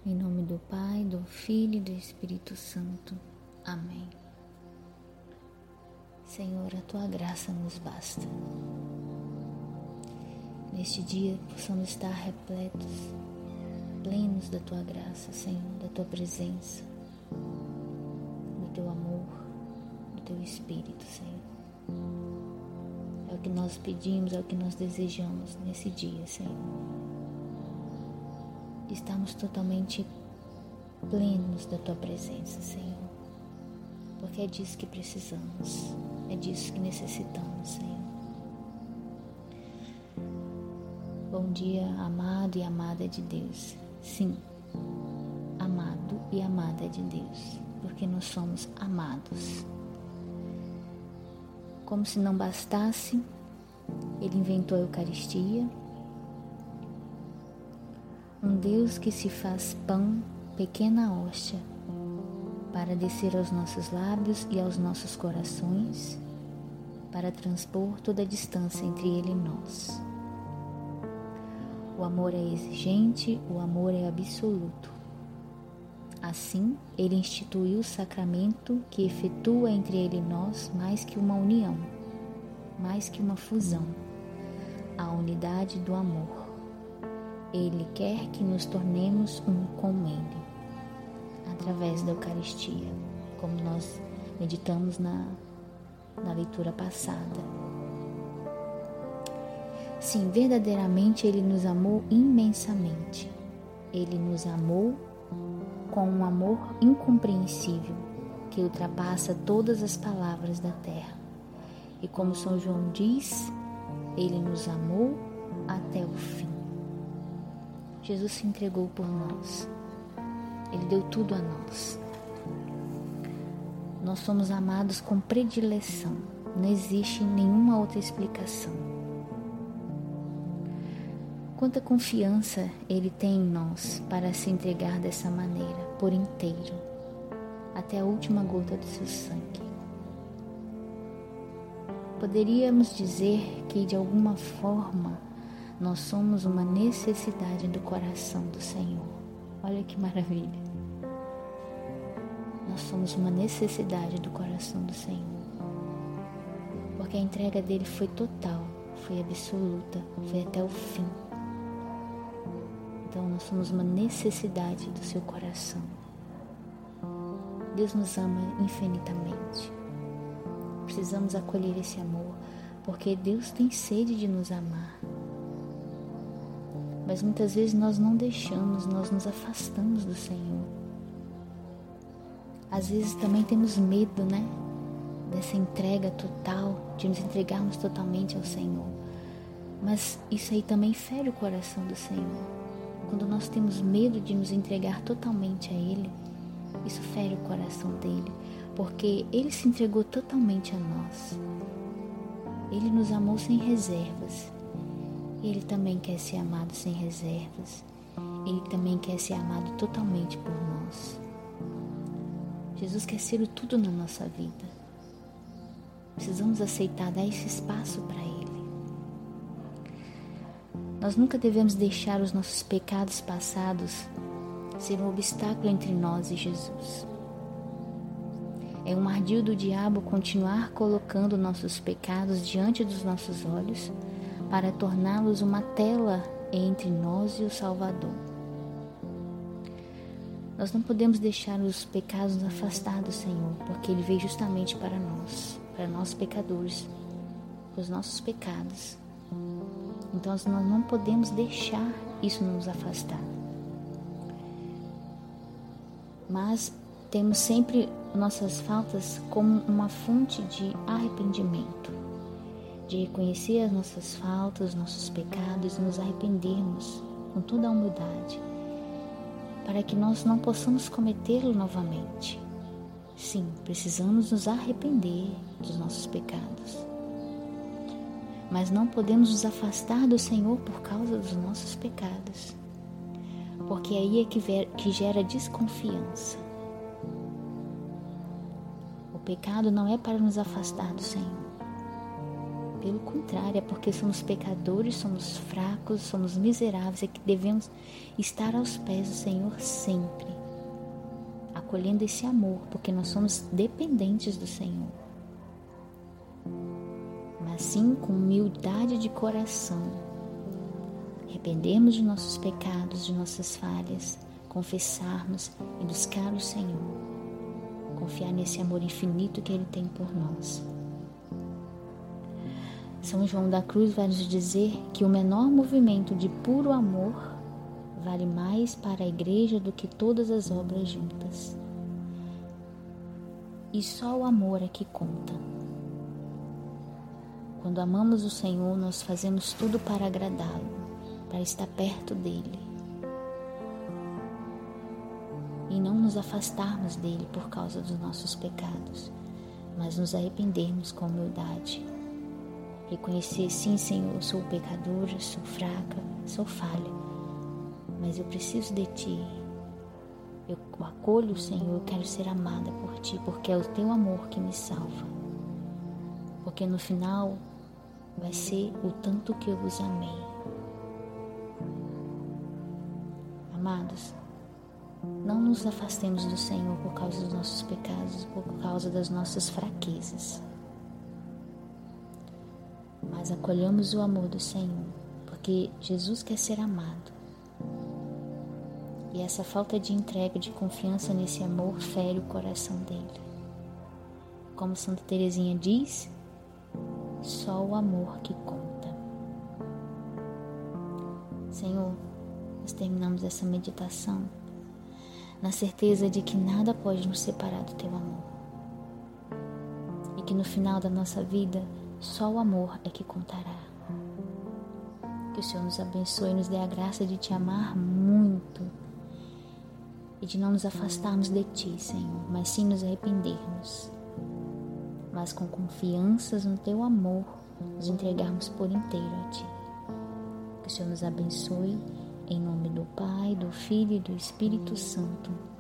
Em nome do Pai, do Filho e do Espírito Santo. Amém. Senhor, a Tua graça nos basta. Neste dia possamos estar repletos, plenos da Tua graça, Senhor, da Tua presença, do Teu amor, do Teu Espírito, Senhor. É o que nós pedimos, é o que nós desejamos nesse dia, Senhor. Estamos totalmente plenos da Tua presença, Senhor, porque é disso que precisamos, é disso que necessitamos, Senhor. Bom dia, amado e amada de Deus. Sim, amado e amada de Deus, porque nós somos amados. Como se não bastasse, Ele inventou a Eucaristia, um Deus que se faz pão, pequena hóstia, para descer aos nossos lábios e aos nossos corações, para transpor toda a distância entre Ele e nós. O amor é exigente, o amor é absoluto. Assim, Ele instituiu o sacramento que efetua entre Ele e nós mais que uma união, mais que uma fusão, a unidade do amor. Ele quer que nos tornemos um com Ele, através da Eucaristia, como nós meditamos na leitura passada. Sim, verdadeiramente Ele nos amou imensamente. Ele nos amou com um amor incompreensível, que ultrapassa todas as palavras da terra. E como São João diz, Ele nos amou até o fim. Jesus se entregou por nós. Ele deu tudo a nós. Nós somos amados com predileção. Não existe nenhuma outra explicação. Quanta confiança Ele tem em nós para se entregar dessa maneira, por inteiro, até a última gota do seu sangue. Poderíamos dizer que, de alguma forma, nós somos uma necessidade do coração do Senhor. Olha que maravilha. Nós somos uma necessidade do coração do Senhor. Porque a entrega dele foi total, foi absoluta, foi até o fim. Então nós somos uma necessidade do seu coração. Deus nos ama infinitamente. Precisamos acolher esse amor, porque Deus tem sede de nos amar. Mas muitas vezes nós não deixamos, nós nos afastamos do Senhor. Às vezes também temos medo, né? Dessa entrega total, de nos entregarmos totalmente ao Senhor. Mas isso aí também fere o coração do Senhor. Quando nós temos medo de nos entregar totalmente a Ele, isso fere o coração dele, porque Ele se entregou totalmente a nós. Ele nos amou sem reservas. Ele também quer ser amado sem reservas. Ele também quer ser amado totalmente por nós. Jesus quer ser o tudo na nossa vida. Precisamos aceitar, dar esse espaço para Ele. Nós nunca devemos deixar os nossos pecados passados ser um obstáculo entre nós e Jesus. É um ardil do diabo continuar colocando nossos pecados diante dos nossos olhos para torná-los uma tela entre nós e o Salvador. Nós não podemos deixar os pecados nos afastar do Senhor, porque Ele veio justamente para nós pecadores, os nossos pecados. Então nós não podemos deixar isso nos afastar. Mas temos sempre nossas faltas como uma fonte de arrependimento, de reconhecer as nossas faltas, nossos pecados e nos arrependermos com toda a humildade, para que nós não possamos cometê-lo novamente. Sim, precisamos nos arrepender dos nossos pecados, mas não podemos nos afastar do Senhor por causa dos nossos pecados, porque aí é que gera desconfiança. O pecado não é para nos afastar do Senhor. Pelo contrário, é porque somos pecadores, somos fracos, somos miseráveis, é que devemos estar aos pés do Senhor sempre, acolhendo esse amor, porque nós somos dependentes do Senhor. Mas sim, com humildade de coração, arrependermos de nossos pecados, de nossas falhas, confessarmos e buscar o Senhor, confiar nesse amor infinito que Ele tem por nós. São João da Cruz vai nos dizer que o menor movimento de puro amor vale mais para a igreja do que todas as obras juntas. E só o amor é que conta. Quando amamos o Senhor, nós fazemos tudo para agradá-lo, para estar perto dele. E não nos afastarmos dele por causa dos nossos pecados, mas nos arrependermos com humildade. Reconhecer, sim, Senhor, eu sou pecadora, sou fraca, sou falha, mas eu preciso de Ti. Eu acolho, Senhor, eu quero ser amada por Ti, porque é o Teu amor que me salva. Porque no final vai ser o tanto que eu vos amei. Amados, não nos afastemos do Senhor por causa dos nossos pecados, por causa das nossas fraquezas. Mas acolhamos o amor do Senhor, porque Jesus quer ser amado. E essa falta de entrega, de confiança nesse amor, fere o coração dele. Como Santa Teresinha diz, só o amor que conta. Senhor, nós terminamos essa meditação na certeza de que nada pode nos separar do Teu amor. E que no final da nossa vida, só o amor é que contará. Que o Senhor nos abençoe e nos dê a graça de Te amar muito e de não nos afastarmos de Ti, Senhor, mas sim nos arrependermos, mas com confianças no Teu amor, nos entregarmos por inteiro a Ti. Que o Senhor nos abençoe, em nome do Pai, do Filho e do Espírito Santo.